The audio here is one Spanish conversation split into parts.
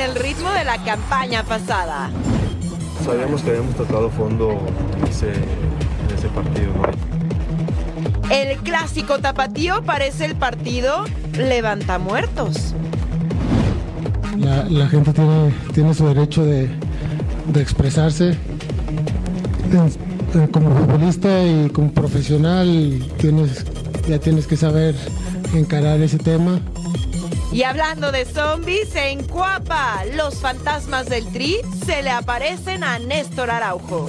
el ritmo de la campaña pasada. Sabíamos que habíamos tocado fondo en ese partido, ¿no? El clásico tapatío parece el partido levantamuertos. La gente tiene su derecho de expresarse. Como futbolista y como profesional ya tienes que saber encarar ese tema. Y hablando de zombies, en Cuapa, los fantasmas del Tri se le aparecen a Néstor Araujo.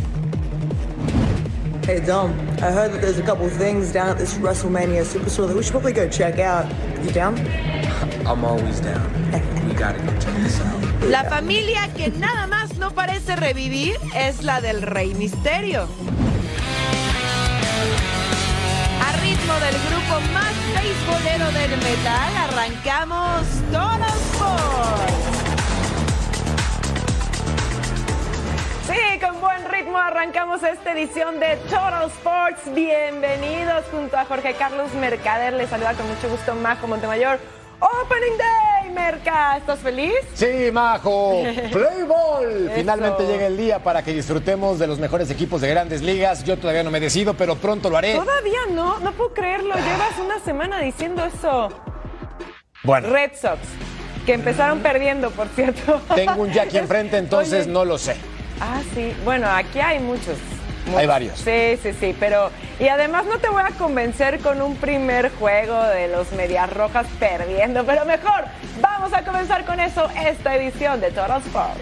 Hey Dom, I heard that there's a couple things down at this WrestleMania Superstore that we should probably go check out. You down? I'm always down. We gotta go check this out. La familia que nada más no parece revivir es la del Rey Misterio. A ritmo del grupo más beisbolero del metal, arrancamos Total Sports. Sí, con buen ritmo arrancamos esta edición de Total Sports. Bienvenidos junto a Jorge Carlos Mercader. Les saluda con mucho gusto Majo Montemayor. Opening Day, Merca. ¿Estás feliz? Sí, Majo. Play ball. Finalmente Eso. llega el día para que disfrutemos de los mejores equipos de Grandes Ligas. Yo todavía no me decido, pero pronto lo haré. Todavía no puedo creerlo. Llevas una semana diciendo eso. Bueno, Red Sox, que empezaron perdiendo, por cierto. tengo un Jackie enfrente, entonces Oye. no lo sé. Ah, sí. Bueno, aquí hay muchos. Hay varios. Sí, pero... Y además no te voy a convencer con un primer juego de los Medias Rojas perdiendo, pero mejor vamos a comenzar con eso esta edición de Total Sports.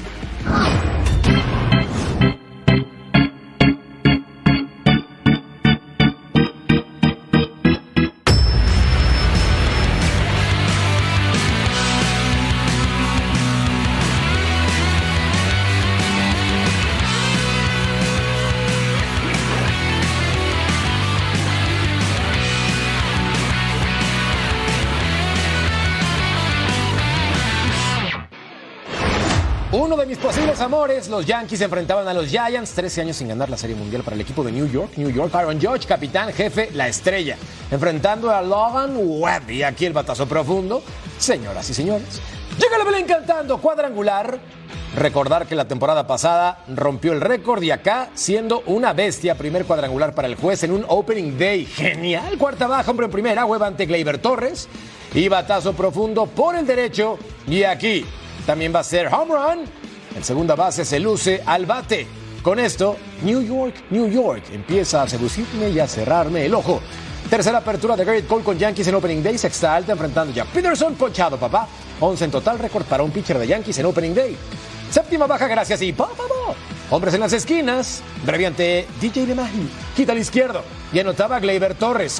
Uno de mis posibles amores, los Yankees enfrentaban a los Giants, 13 años sin ganar la Serie Mundial para el equipo de New York. Aaron Judge, capitán, jefe, la estrella, enfrentando a Logan Webb. Y aquí el batazo profundo, señoras y señores. Llega la Belén cantando, cuadrangular. Recordar que la temporada pasada rompió el récord y acá, siendo una bestia, primer cuadrangular para el juez en un opening day. Genial, cuarta baja, hombre en primera, Webb ante Gleyber Torres. Y batazo profundo por el derecho. Y aquí también va a ser home run. En segunda base se luce al bate. Con esto, New York empieza a seducirme y a cerrarme el ojo. Tercera apertura de Garrett Cole con Yankees en opening day. Sexta alta enfrentando ya Peterson, ponchado, papá. 11 en total, récord para un pitcher de Yankees en opening day. Séptima baja, gracias y ¡papá! Hombres en las esquinas. Breve ante DJ LeMahieu. Quita al izquierdo. Y anotaba Gleyber Torres.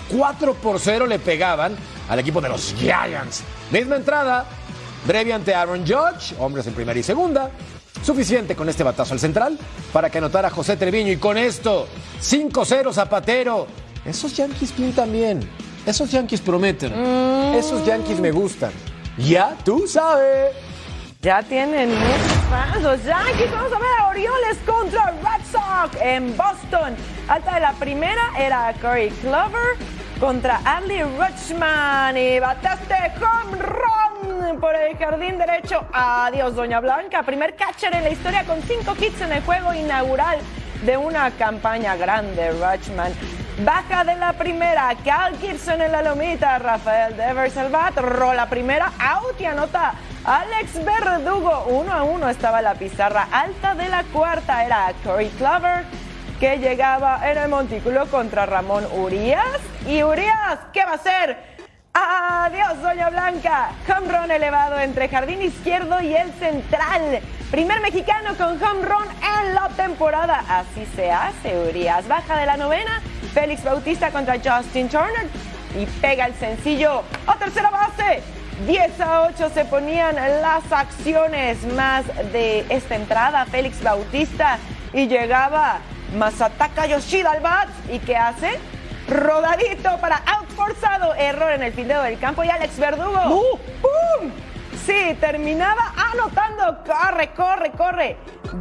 4-0 le pegaban al equipo de los Giants. Misma entrada. Breve ante Aaron Judge, hombres en primera y segunda. Suficiente con este batazo al central para que anotara José Treviño. Y con esto, 5-0 Zapatero. Esos Yankees pintan bien. Esos Yankees prometen. Esos Yankees me gustan. Ya tú sabes. Ya tienen muchos fans los Yankees. Vamos a ver a Orioles contra Red Sox en Boston. Alta de la primera era Corey Kluber contra Adley Rutschman. Y bataste home run por el jardín derecho. Adiós, Doña Blanca. Primer catcher en la historia con 5 hits en el juego inaugural de una campaña grande. Rutschman. Baja de la primera, Cal Gibson en la lomita, Rafael Devers al bat, rola primera, out y anota Alex Verdugo. 1-1 estaba la pizarra. Alta de la cuarta era Corey Kluber, que llegaba en el montículo contra Ramón Urias. Y Urias, ¿qué va a hacer? Adiós, Doña Blanca. Home run elevado entre jardín izquierdo y el central. Primer mexicano con home run en la temporada. Así se hace, Urias. Baja de la novena, Félix Bautista contra Justin Turner y pega el sencillo a tercera base. 10-8 se ponían las acciones más de esta entrada. Félix Bautista y llegaba Masataka Yoshida al bat. ¿Y qué hace? Rodadito para out forzado. Error en el fildeo del campo y Alex Verdugo. ¡Pum! Sí, terminaba anotando. Corre.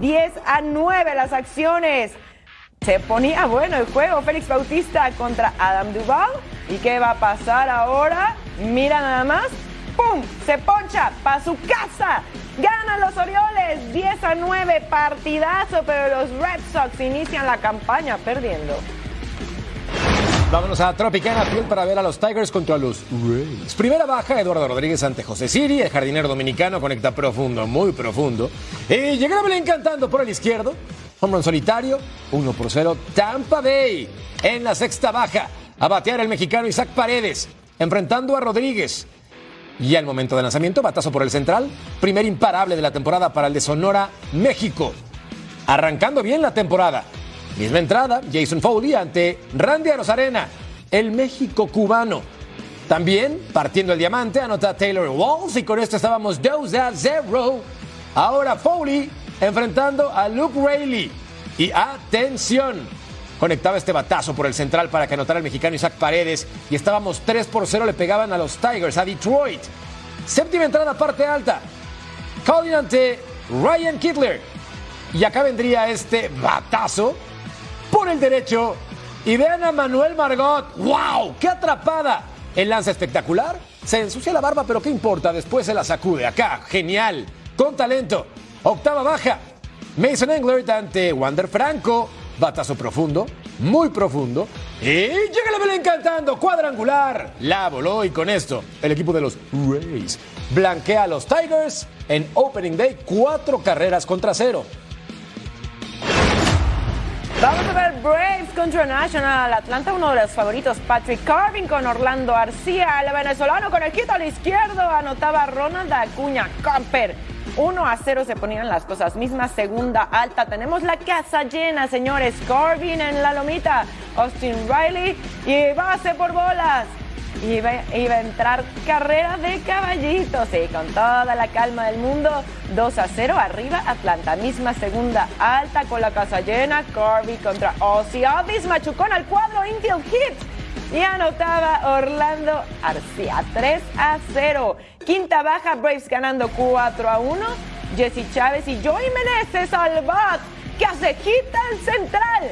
10-9 las acciones. Se ponía bueno el juego. Félix Bautista contra Adam Duvall. ¿Y qué va a pasar ahora? Mira nada más. ¡Pum! Se poncha para su casa. Ganan los Orioles 10-9, partidazo, pero los Red Sox inician la campaña perdiendo. Vámonos a Tropicana Field para ver a los Tigers contra los Rays. Primera baja, Eduardo Rodríguez ante José Siri. El jardinero dominicano conecta profundo, muy profundo. Y llega Belén cantando por el izquierdo. Home run solitario, 1-0. Tampa Bay en la sexta baja. A batear el mexicano Isaac Paredes, enfrentando a Rodríguez. Y al momento del lanzamiento, batazo por el central. Primer imparable de la temporada para el de Sonora, México. Arrancando bien la temporada. Misma entrada, Jason Foley ante Randy Arozarena, el México cubano. También, partiendo el diamante, anota Taylor Walls y con esto estábamos 2-0. Ahora Foley enfrentando a Luke Raley. Y atención, conectaba este batazo por el central para que anotara el mexicano Isaac Paredes. Y estábamos 3-0, le pegaban a los Tigers, a Detroit. Séptima entrada, parte alta. Colin ante Ryan Kittler. Y acá vendría este batazo por el derecho. Y vean a Manuel Margot. ¡Wow! ¡Qué atrapada! El lance espectacular. Se ensucia la barba, pero ¿qué importa? Después se la sacude. Acá, genial. Con talento. Octava baja. Mason Englert ante Wander Franco. Batazo profundo. Muy profundo. Y llega la Belén cantando. Cuadrangular. La voló y con esto el equipo de los Rays blanquea a los Tigers en Opening Day. 4-0. Vamos a ver Braves contra National Atlanta, uno de los favoritos, Patrick Corbin con Orlando Arcia, el venezolano con el quito al izquierdo, anotaba Ronald Acuña Camper. 1-0 se ponían las cosas mismas, segunda alta, tenemos la casa llena, señores. Corbin en la lomita, Austin Riley y base por bolas. Iba a entrar carrera de caballitos y con toda la calma del mundo, 2-0 arriba Atlanta, misma segunda alta con la casa llena. Corby contra Ozzy Alvis, machucón al cuadro, infield hit y anotaba Orlando Arcia, 3-0. Quinta baja, Braves ganando 4-1. Jesse Chávez y Joey Meneses al bat, que hace quita el central.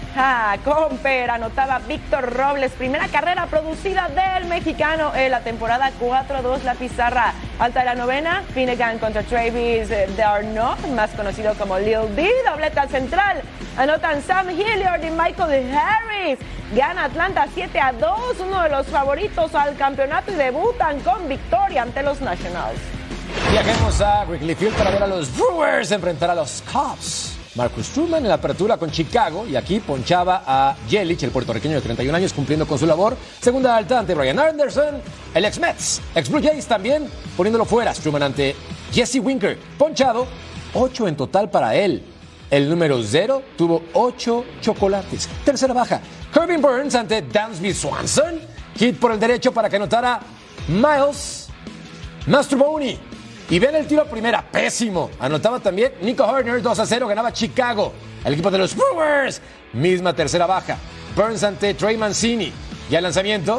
Comper, anotaba Víctor Robles, primera carrera producida del mexicano en la temporada. 4-2 la pizarra. Alta de la novena, Finnegan contra Travis d'Arnaud, más conocido como Lil D, doblete al central. Anotan Sam Hilliard y Michael Harris. Gana Atlanta 7-2, uno de los favoritos al campeonato, y debutan con victoria ante los Nationals. Viajemos a Wrigley Field para ver a los Brewers enfrentar a los Cubs. Marcus Stroman en la apertura con Chicago y aquí ponchaba a Yelich, el puertorriqueño de 31 años, cumpliendo con su labor. Segunda alta ante Brian Anderson, el ex-Mets, ex-Blue Jays también, poniéndolo fuera. Stroman ante Jesse Winker, ponchado, 8 en total para él. El número 0 tuvo 8 chocolates. Tercera baja, Corbin Burns ante Dansby Swanson, hit por el derecho para que anotara Miles Mastrobuoni. Y ven el tiro a primera, pésimo. Anotaba también Nico Hoerner, 2-0, ganaba Chicago. El equipo de los Brewers, misma tercera baja. Burns ante Trey Mancini. Y al lanzamiento,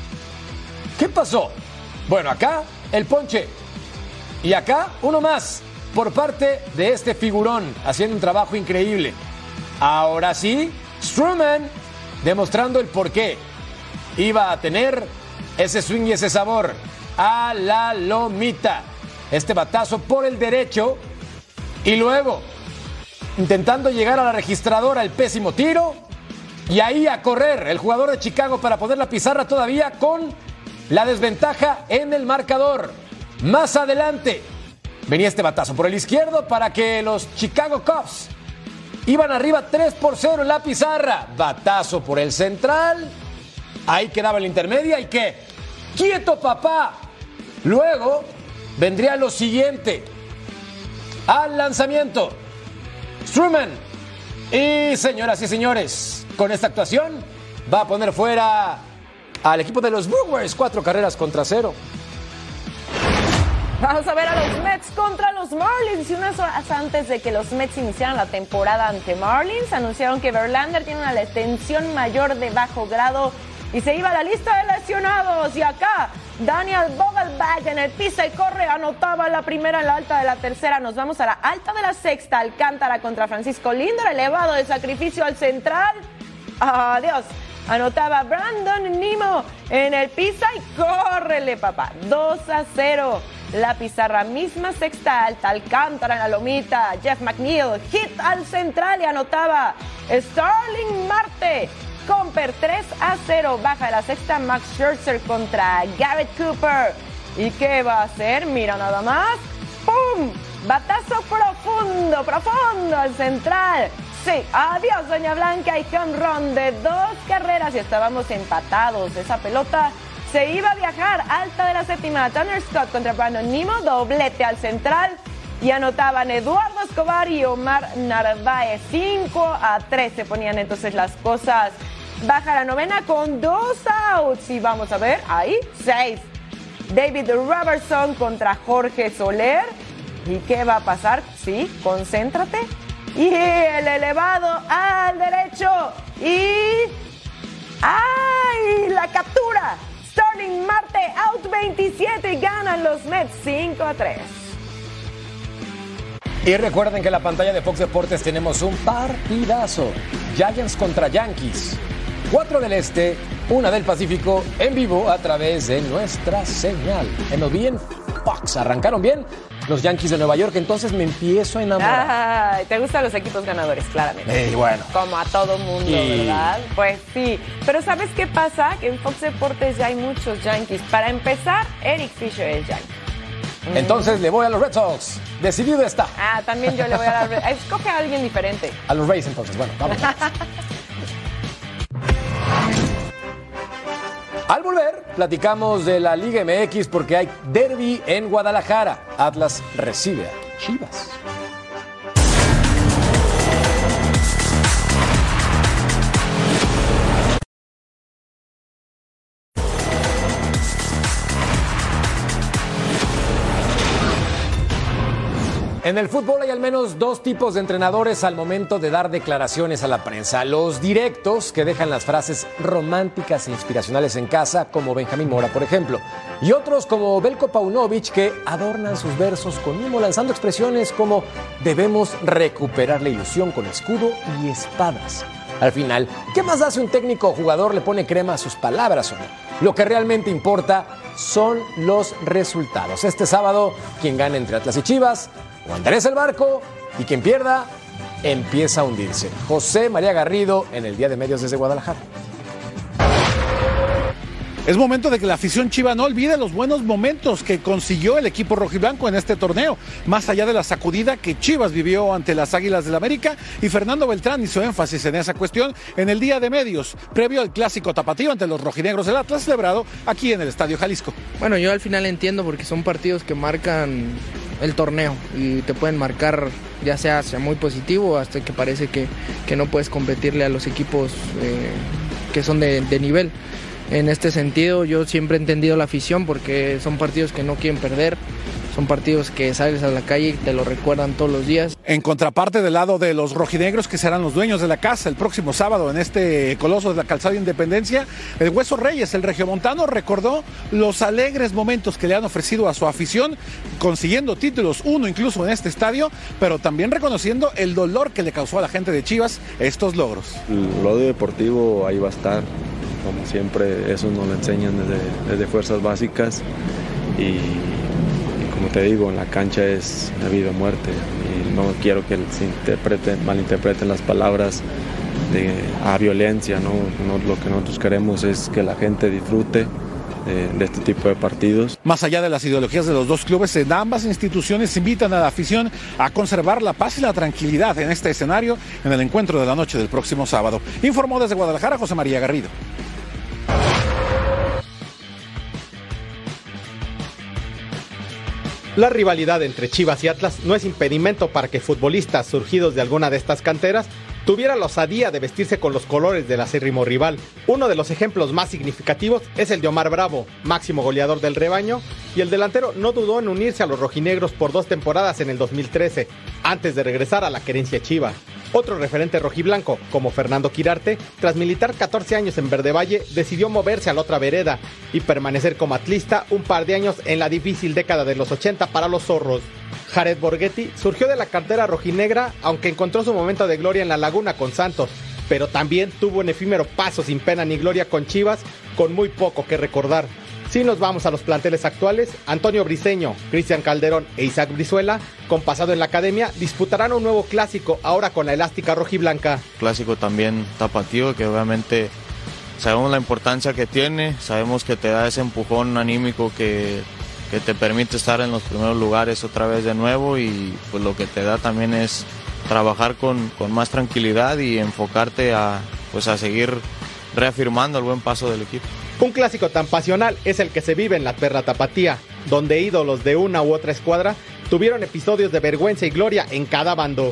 ¿qué pasó? Bueno, acá el ponche. Y acá uno más por parte de este figurón, haciendo un trabajo increíble. Ahora sí, Stroman demostrando el porqué iba a tener ese swing y ese sabor a la lomita. Este batazo por el derecho y luego intentando llegar a la registradora, el pésimo tiro, y ahí a correr el jugador de Chicago para poner la pizarra todavía con la desventaja en el marcador. Más adelante venía este batazo por el izquierdo para que los Chicago Cubs iban arriba 3-0 en la pizarra. Batazo por el central, ahí quedaba la intermedia y ¿qué? ¡Quieto, papá! Luego vendría lo siguiente. Al lanzamiento, Stroman. Y señoras y señores, con esta actuación va a poner fuera al equipo de los Brewers, 4-0. Vamos a ver a los Mets contra los Marlins. Y unas horas antes de que los Mets iniciaran la temporada ante Marlins, anunciaron que Verlander tiene una tensión mayor de bajo grado y se iba a la lista de lesionados. Y acá Daniel Vogelbach en el piso y corre, anotaba la primera en la alta de la tercera. Nos vamos a la alta de la sexta. Alcántara contra Francisco Lindor, elevado de sacrificio al central. Adiós. Anotaba Brandon Nimmo en el Pisa y córrele, papá. 2-0. La pizarra misma, sexta alta, Alcántara en la lomita. Jeff McNeil, hit al central y anotaba Starling Marte. Comper 3-0. Baja de la sexta, Max Scherzer contra Garrett Cooper. ¿Y qué va a hacer? Mira nada más. ¡Pum! Batazo profundo al central. Sí, adiós, Doña Blanca, y home run de 2 carreras y estábamos empatados. Esa pelota se iba a viajar alta de la séptima. Tanner Scott contra Brandon Nimmo, doblete al central y anotaban Eduardo Escobar y Omar Narváez. 5-3 se ponían entonces las cosas. Baja la novena con 2 outs y vamos a ver, ahí 6. David Robertson contra Jorge Soler. ¿Y qué va a pasar? Sí, concéntrate. Y el elevado al derecho. Y ¡ay! La captura. Starling Marte out 27 y ganan los Mets 5-3. Y recuerden que en la pantalla de Fox Deportes tenemos un partidazo. Giants contra Yankees. 4 del Este, 1 del Pacífico, en vivo a través de nuestra señal. MLB en Fox. ¿Arrancaron bien? Los Yankees de Nueva York, entonces me empiezo a enamorar. Ay, te gustan los equipos ganadores, claramente. Bueno. Como a todo mundo, ¿verdad? Pues sí. Pero ¿sabes qué pasa? Que en Fox Deportes ya hay muchos Yankees. Para empezar, Eric Fisher es Yankee. Entonces le voy a los Red Sox. Decidido está. También yo le voy a dar. Escoge a alguien diferente. A los Rays, entonces. Bueno, vamos. Al volver, platicamos de la Liga MX porque hay derbi en Guadalajara. Atlas recibe a Chivas. En el fútbol hay al menos 2 tipos de entrenadores al momento de dar declaraciones a la prensa. Los directos, que dejan las frases románticas e inspiracionales en casa, como Benjamín Mora, por ejemplo. Y otros como Belko Paunovic, que adornan sus versos con mimo, lanzando expresiones como debemos recuperar la ilusión con escudo y espadas. Al final, ¿qué más da si un técnico o jugador le pone crema a sus palabras o no? Lo que realmente importa son los resultados. Este sábado, quien gane entre Atlas y Chivas, o endereza el barco, y quien pierda, empieza a hundirse. José María Garrido en el Día de Medios desde Guadalajara. Es momento de que la afición chiva no olvide los buenos momentos que consiguió el equipo rojiblanco en este torneo, más allá de la sacudida que Chivas vivió ante las Águilas del América, y Fernando Beltrán hizo énfasis en esa cuestión en el Día de Medios, previo al clásico tapatío ante los rojinegros del Atlas, celebrado aquí en el Estadio Jalisco. Bueno, yo al final entiendo porque son partidos que marcan el torneo y te pueden marcar ya sea hacia muy positivo hasta que parece que no puedes competirle a los equipos que son de nivel. En este sentido yo siempre he entendido la afición porque son partidos que no quieren perder, son partidos que sales a la calle y te lo recuerdan todos los días. En contraparte del lado de los rojinegros, que serán los dueños de la casa el próximo sábado en este Coloso de la Calzada de Independencia, el Hueso Reyes, el regiomontano, recordó los alegres momentos que le han ofrecido a su afición, consiguiendo títulos, uno incluso en este estadio, pero también reconociendo el dolor que le causó a la gente de Chivas estos logros. El lado deportivo ahí va a estar, como siempre, eso nos lo enseñan desde fuerzas básicas, y como te digo, en la cancha es la vida o muerte, y no quiero que se malinterpreten las palabras a violencia, ¿no? Lo que nosotros queremos es que la gente disfrute de este tipo de partidos. Más allá de las ideologías de los dos clubes, en ambas instituciones invitan a la afición a conservar la paz y la tranquilidad en este escenario en el encuentro de la noche del próximo sábado. Informó desde Guadalajara José María Garrido. La rivalidad entre Chivas y Atlas no es impedimento para que futbolistas surgidos de alguna de estas canteras tuvieran la osadía de vestirse con los colores del acérrimo rival. Uno de los ejemplos más significativos es el de Omar Bravo, máximo goleador del rebaño, y el delantero no dudó en unirse a los rojinegros por 2 temporadas en el 2013, antes de regresar a la querencia chiva. Otro referente rojiblanco, como Fernando Quirarte, tras militar 14 años en Verde Valle, decidió moverse a la otra vereda y permanecer como atlista un par de años en la difícil década de los 80 para los zorros. Jared Borghetti surgió de la cantera rojinegra, aunque encontró su momento de gloria en la Laguna con Santos, pero también tuvo un efímero paso sin pena ni gloria con Chivas, con muy poco que recordar. Si nos vamos a los planteles actuales, Antonio Briseño, Cristian Calderón e Isaac Brizuela, con pasado en la academia, disputarán un nuevo clásico, ahora con la elástica rojiblanca. Clásico también tapatío, que obviamente sabemos la importancia que tiene, sabemos que te da ese empujón anímico que te permite estar en los primeros lugares otra vez de nuevo, y pues lo que te da también es trabajar con más tranquilidad y enfocarte a seguir reafirmando el buen paso del equipo. Un clásico tan pasional es el que se vive en la Perla Tapatía, donde ídolos de una u otra escuadra tuvieron episodios de vergüenza y gloria en cada bando.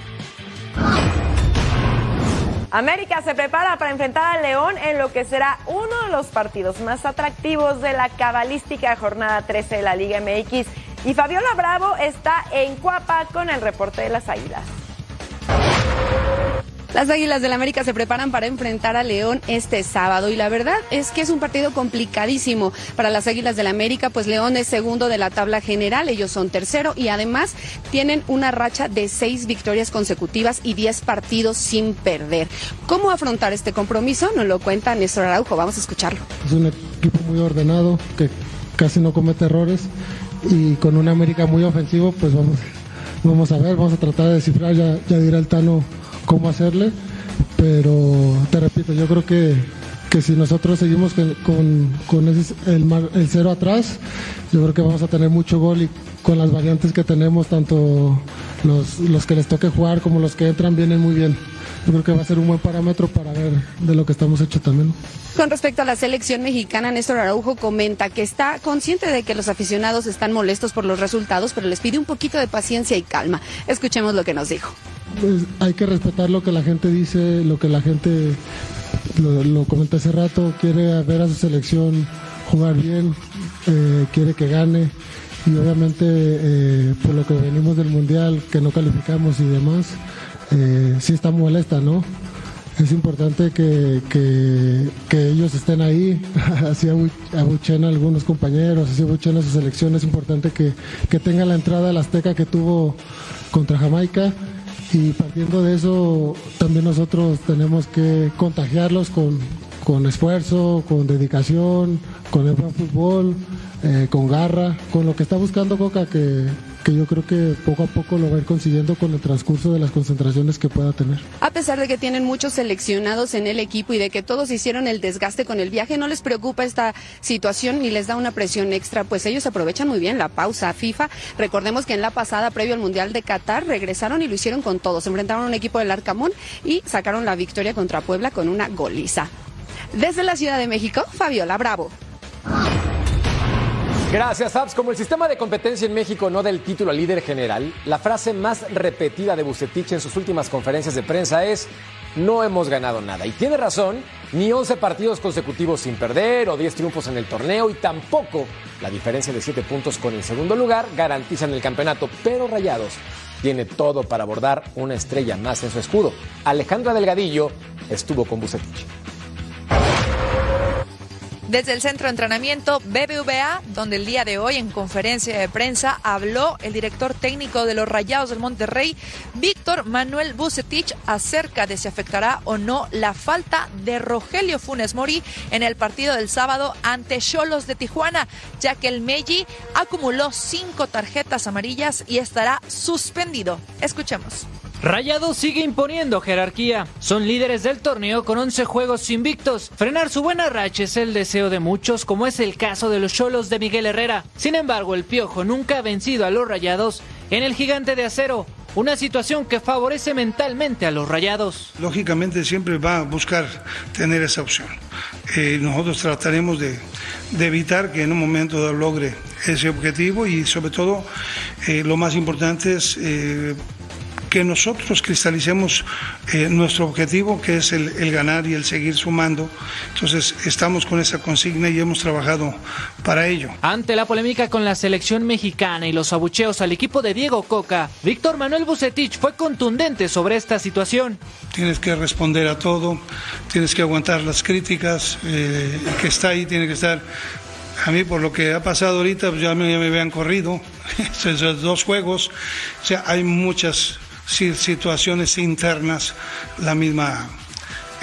América se prepara para enfrentar a León en lo que será uno de los partidos más atractivos de la cabalística jornada 13 de la Liga MX. Y Fabiola Bravo está en Cuapa con el reporte de las Águilas. Las Águilas del América se preparan para enfrentar a León este sábado, y la verdad es que es un partido complicadísimo para las Águilas del América, pues León es segundo de la tabla general, ellos son tercero y además tienen una racha de 6 victorias consecutivas y 10 partidos sin perder. ¿Cómo afrontar este compromiso? Nos lo cuenta Néstor Araujo, vamos a escucharlo. Es un equipo muy ordenado, que casi no comete errores, y con un América muy ofensivo, pues vamos a ver, vamos a tratar de descifrar, ya dirá el Tano cómo hacerle, pero te repito, yo creo que si nosotros seguimos con el cero atrás, yo creo que vamos a tener mucho gol, y con las variantes que tenemos, tanto los que les toque jugar como los que entran vienen muy bien. Yo creo que va a ser un buen parámetro para ver de lo que estamos hechos también. Con respecto a la selección mexicana, Néstor Araujo comenta que está consciente de que los aficionados están molestos por los resultados, pero les pide un poquito de paciencia y calma. Escuchemos lo que nos dijo. Pues hay que respetar lo que la gente dice, lo que la gente, lo comenté hace rato, quiere ver a su selección jugar bien, quiere que gane, y obviamente por lo que venimos del Mundial, que no calificamos y demás, sí está molesta, ¿no? Es importante que ellos estén ahí, así abuchean a algunos compañeros, así abuchean a su selección. Es importante que tengan la entrada al Azteca que tuvo contra Jamaica, y partiendo de eso también nosotros tenemos que contagiarlos con esfuerzo, con dedicación, con el buen fútbol, con garra, con lo que está buscando Coca, que yo creo que poco a poco lo va a ir consiguiendo con el transcurso de las concentraciones que pueda tener. A pesar de que tienen muchos seleccionados en el equipo y de que todos hicieron el desgaste con el viaje, no les preocupa esta situación ni les da una presión extra, pues ellos aprovechan muy bien la pausa FIFA. Recordemos que en la pasada, previo al Mundial de Qatar, regresaron y lo hicieron con todo. Se enfrentaron a un equipo del Arcamón y sacaron la victoria contra Puebla con una goliza. Desde la Ciudad de México, Fabiola Bravo. Gracias, Fabs. Como el sistema de competencia en México no da el título al líder general, la frase más repetida de Vucetich en sus últimas conferencias de prensa es: no hemos ganado nada. Y tiene razón, ni 11 partidos consecutivos sin perder o 10 triunfos en el torneo, y tampoco la diferencia de 7 puntos con el segundo lugar garantizan el campeonato. Pero Rayados tiene todo para bordar una estrella más en su escudo. Alejandra Delgadillo estuvo con Vucetich. Desde el centro de entrenamiento BBVA, donde el día de hoy en conferencia de prensa habló el director técnico de los Rayados del Monterrey, Víctor Manuel Vucetich, acerca de si afectará o no la falta de Rogelio Funes Mori en el partido del sábado ante Xolos de Tijuana, ya que el Meji acumuló 5 tarjetas amarillas y estará suspendido. Escuchemos. Rayados sigue imponiendo jerarquía. Son líderes del torneo con 11 juegos invictos. Frenar su buena racha es el deseo de muchos, como es el caso de los Xolos de Miguel Herrera. Sin embargo, el Piojo nunca ha vencido a los Rayados en el Gigante de Acero. Una situación que favorece mentalmente a los Rayados. Lógicamente siempre va a buscar tener esa opción. Nosotros trataremos de evitar que en un momento dado logre ese objetivo, y sobre todo lo más importante es que nosotros cristalicemos nuestro objetivo, que es el ganar y el seguir sumando. Entonces estamos con esa consigna y hemos trabajado para ello. Ante la polémica con la selección mexicana y los abucheos al equipo de Diego Coca, Víctor Manuel Vucetich fue contundente sobre esta situación. Tienes que responder a todo, tienes que aguantar las críticas, el que está ahí tiene que estar. A mí, por lo que ha pasado ahorita, ya me habían corrido esos 2 juegos. O sea, hay muchas situaciones internas, la misma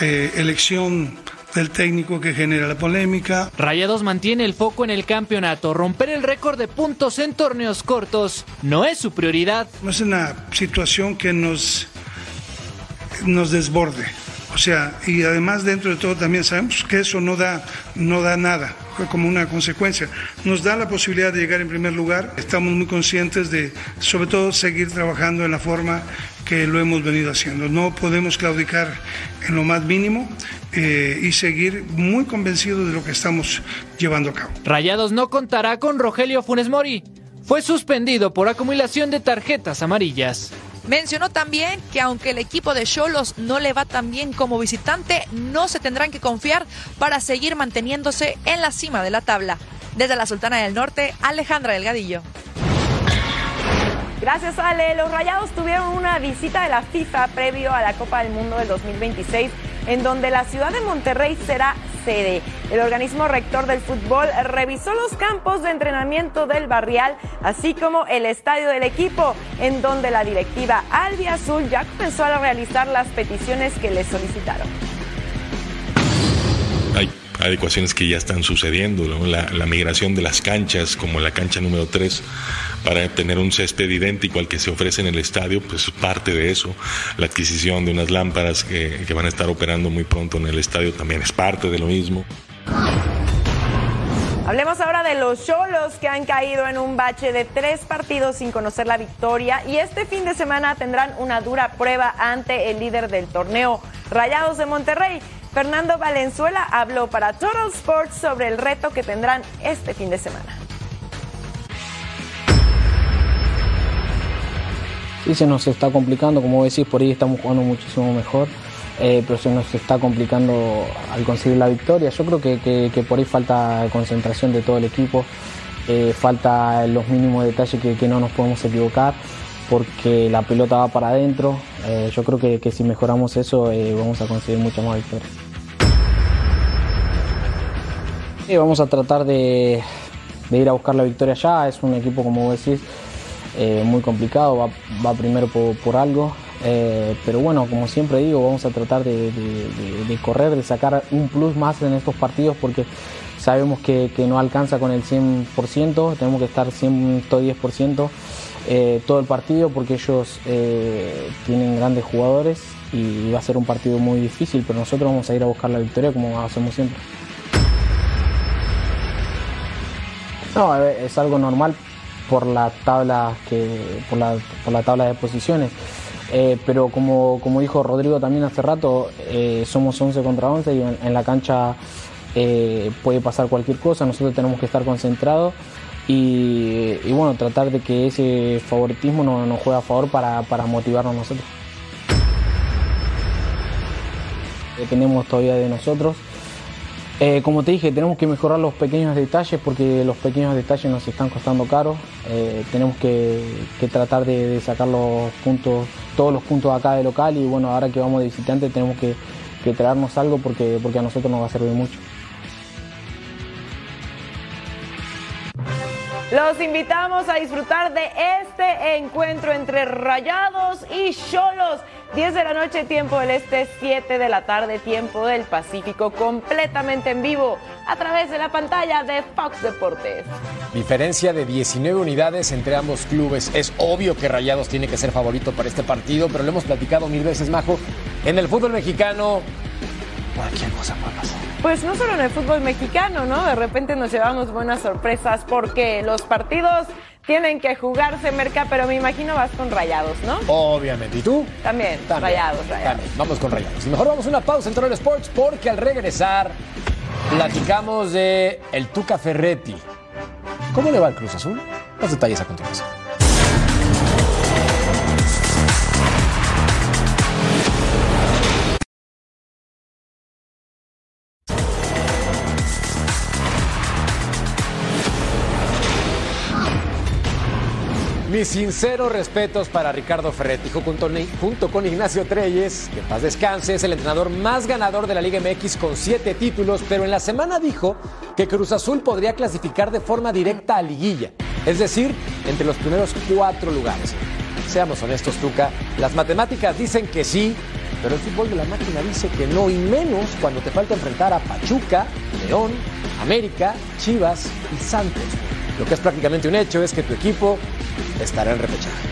elección del técnico que genera la polémica. Rayados mantiene el foco en el campeonato. Romper el récord de puntos en torneos cortos no es su prioridad. No es una situación que nos desborde. O sea, y además dentro de todo también sabemos que eso no da nada, como una consecuencia. Nos da la posibilidad de llegar en primer lugar. Estamos muy conscientes de, sobre todo, seguir trabajando en la forma que lo hemos venido haciendo. No podemos claudicar en lo más mínimo y seguir muy convencidos de lo que estamos llevando a cabo. Rayados no contará con Rogelio Funes Mori. Fue suspendido por acumulación de tarjetas amarillas. Mencionó también que aunque el equipo de Xolos no le va tan bien como visitante, no se tendrán que confiar para seguir manteniéndose en la cima de la tabla. Desde la Sultana del Norte, Alejandra Delgadillo. Gracias, Ale. Los Rayados tuvieron una visita de la FIFA previo a la Copa del Mundo del 2026, en donde la ciudad de Monterrey será sede. El organismo rector del fútbol revisó los campos de entrenamiento del Barrial, así como el estadio del equipo, en donde la directiva albiazul ya comenzó a realizar las peticiones que le solicitaron. Hay adecuaciones que ya están sucediendo, ¿no? La migración de las canchas, como la cancha número 3, para tener un césped idéntico al que se ofrece en el estadio, pues parte de eso. La adquisición de unas lámparas que van a estar operando muy pronto en el estadio también es parte de lo mismo. Hablemos ahora de los Xolos, que han caído en un bache de 3 partidos sin conocer la victoria, y este fin de semana tendrán una dura prueba ante el líder del torneo, Rayados de Monterrey. Fernando Valenzuela habló para Total Sports sobre el reto que tendrán este fin de semana. Sí, se nos está complicando, como decís, por ahí estamos jugando muchísimo mejor, pero se nos está complicando al conseguir la victoria. Yo creo que por ahí falta concentración de todo el equipo, falta los mínimos detalles que no nos podemos equivocar, porque la pelota va para adentro. Yo creo que si mejoramos eso vamos a conseguir muchas más victorias. Vamos a tratar de ir a buscar la victoria ya. Es un equipo, como vos decís, muy complicado, va primero por algo, pero bueno, como siempre digo, vamos a tratar de correr, de sacar un plus más en estos partidos, porque sabemos que no alcanza con el 100%, tenemos que estar 110% todo el partido, porque ellos tienen grandes jugadores y va a ser un partido muy difícil, pero nosotros vamos a ir a buscar la victoria como hacemos siempre. No, es algo normal por la tabla por la tabla de posiciones, pero como dijo Rodrigo también hace rato, somos 11 contra 11 y en la cancha puede pasar cualquier cosa. Nosotros tenemos que estar concentrados y bueno, tratar de que ese favoritismo nos juegue a favor para motivarnos nosotros. Dependemos todavía de nosotros. Como te dije, tenemos que mejorar los pequeños detalles, porque los pequeños detalles nos están costando caro. Tenemos que tratar de sacar todos los puntos acá de local, y bueno, ahora que vamos de visitante tenemos que traernos algo, porque a nosotros nos va a servir mucho. Los invitamos a disfrutar de este encuentro entre Rayados y Xolos. 10 de la noche, tiempo del Este, 7 de la tarde, tiempo del Pacífico, completamente en vivo a través de la pantalla de Fox Deportes. Diferencia de 19 unidades entre ambos clubes. Es obvio que Rayados tiene que ser favorito para este partido, pero lo hemos platicado 1000 veces, Majo. En el fútbol mexicano, cualquier cosa puede pasar. Pues no solo en el fútbol mexicano, ¿no? De repente nos llevamos buenas sorpresas, porque los partidos tienen que jugarse, Merca, pero me imagino vas con Rayados, ¿no? Obviamente. ¿Y tú? También. Rayados. También. Vamos con Rayados. Y mejor vamos a una pausa en Total Sports, porque al regresar platicamos de el Tuca Ferretti. ¿Cómo le va al Cruz Azul? Los detalles a continuación. Mis sinceros respetos para Ricardo Ferretti, junto con Ignacio Treyes, que en paz descanse, es el entrenador más ganador de la Liga MX con 7 títulos, pero en la semana dijo que Cruz Azul podría clasificar de forma directa a liguilla, es decir, entre los primeros 4 lugares. Seamos honestos, Tuca, las matemáticas dicen que sí, pero el fútbol de la máquina dice que no, y menos cuando te falta enfrentar a Pachuca, León, América, Chivas y Santos. Lo que es prácticamente un hecho es que tu equipo estará en repechaje.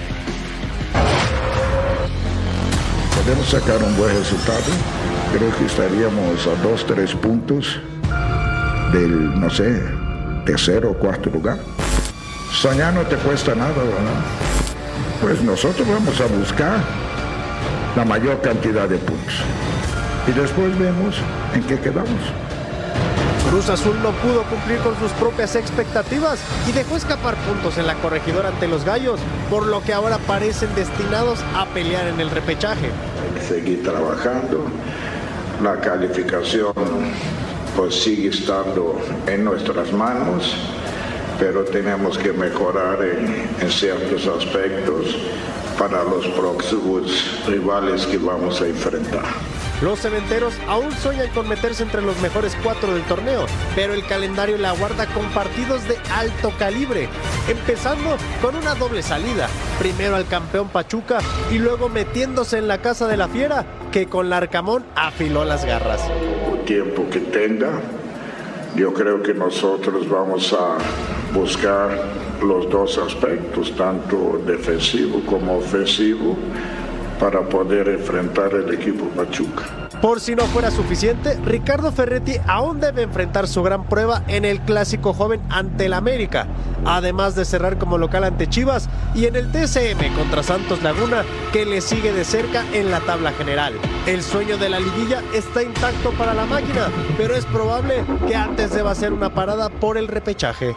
Podemos sacar un buen resultado. Creo que estaríamos a 2-3 puntos del, no sé, tercero o cuarto lugar. Soñar no te cuesta nada, ¿verdad? Pues nosotros vamos a buscar la mayor cantidad de puntos. Y después vemos en qué quedamos. Cruz Azul no pudo cumplir con sus propias expectativas y dejó escapar puntos en la Corregidora ante los Gallos, por lo que ahora parecen destinados a pelear en el repechaje. Hay que seguir trabajando. La calificación pues sigue estando en nuestras manos, pero tenemos que mejorar en ciertos aspectos para los próximos rivales que vamos a enfrentar. Los cementeros aún sueñan con meterse entre los mejores 4 del torneo, pero el calendario la aguarda con partidos de alto calibre, empezando con una doble salida, primero al campeón Pachuca y luego metiéndose en la casa de la Fiera, que con Larcamón afiló las garras. El tiempo que tenga, yo creo que nosotros vamos a buscar los dos aspectos, tanto defensivo como ofensivo, para poder enfrentar el equipo Pachuca. Por si no fuera suficiente, Ricardo Ferretti aún debe enfrentar su gran prueba en el Clásico Joven ante el América, además de cerrar como local ante Chivas y en el TCM contra Santos Laguna, que le sigue de cerca en la tabla general. El sueño de la liguilla está intacto para la máquina, pero es probable que antes deba hacer una parada por el repechaje.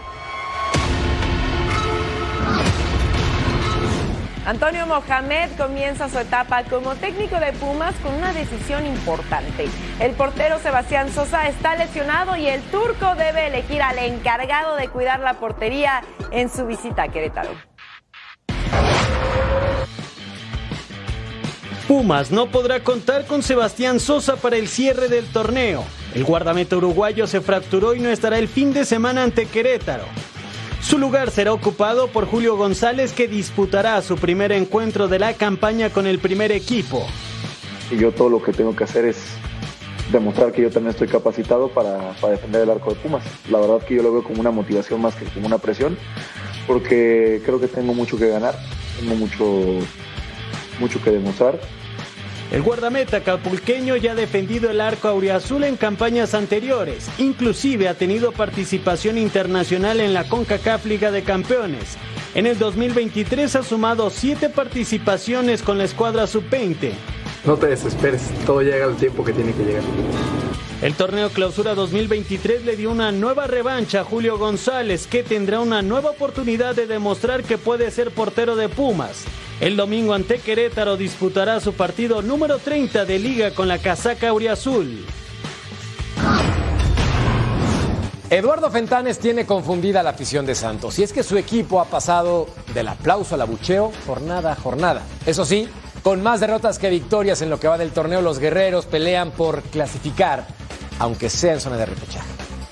Antonio Mohamed comienza su etapa como técnico de Pumas con una decisión importante. El portero Sebastián Sosa está lesionado y el turco debe elegir al encargado de cuidar la portería en su visita a Querétaro. Pumas no podrá contar con Sebastián Sosa para el cierre del torneo. El guardameta uruguayo se fracturó y no estará el fin de semana ante Querétaro. Su lugar será ocupado por Julio González, que disputará su primer encuentro de la campaña con el primer equipo. Y yo todo lo que tengo que hacer es demostrar que yo también estoy capacitado para defender el arco de Pumas. La verdad que yo lo veo como una motivación más que como una presión, porque creo que tengo mucho que ganar, tengo mucho que demostrar. El guardameta acapulqueño ya ha defendido el arco auriazul en campañas anteriores, inclusive ha tenido participación internacional en la CONCACAF Liga de Campeones. En el 2023 ha sumado 7 participaciones con la escuadra sub-20. No te desesperes, todo llega al tiempo que tiene que llegar. El torneo Clausura 2023 le dio una nueva revancha a Julio González, que tendrá una nueva oportunidad de demostrar que puede ser portero de Pumas. El domingo ante Querétaro disputará su partido número 30 de liga con la casaca auriazul. Eduardo Fentanes tiene confundida a la afición de Santos, y es que su equipo ha pasado del aplauso al abucheo jornada a jornada. Eso sí, con más derrotas que victorias en lo que va del torneo, los guerreros pelean por clasificar, aunque sea en zona de repechaje.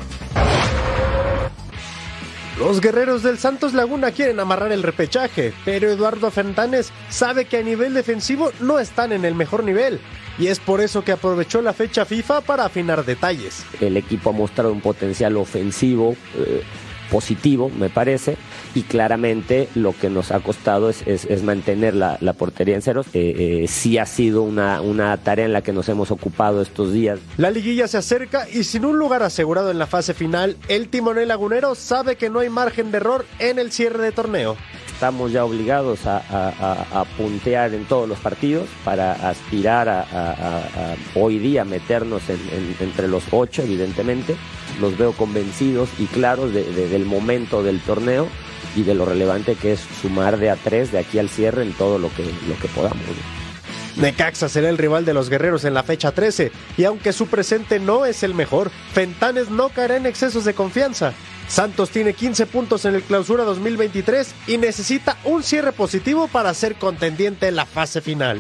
Los guerreros del Santos Laguna quieren amarrar el repechaje, pero Eduardo Fentanes sabe que a nivel defensivo no están en el mejor nivel, y es por eso que aprovechó la fecha FIFA para afinar detalles. El equipo ha mostrado un potencial ofensivo positivo, me parece, y claramente lo que nos ha costado es mantener la portería en ceros. Sí ha sido una tarea en la que nos hemos ocupado estos días. La liguilla se acerca y sin un lugar asegurado en la fase final, el timonel lagunero sabe que no hay margen de error en el cierre de torneo. Estamos ya obligados a puntear en todos los partidos para aspirar a hoy día meternos entre los 8, evidentemente. Los veo convencidos y claros del momento del torneo y de lo relevante que es sumar de a 3 de aquí al cierre en todo lo que podamos. Necaxa será el rival de los guerreros en la fecha 13, y aunque su presente no es el mejor, Fentanes no caerá en excesos de confianza. Santos tiene 15 puntos en el Clausura 2023 y necesita un cierre positivo para ser contendiente en la fase final.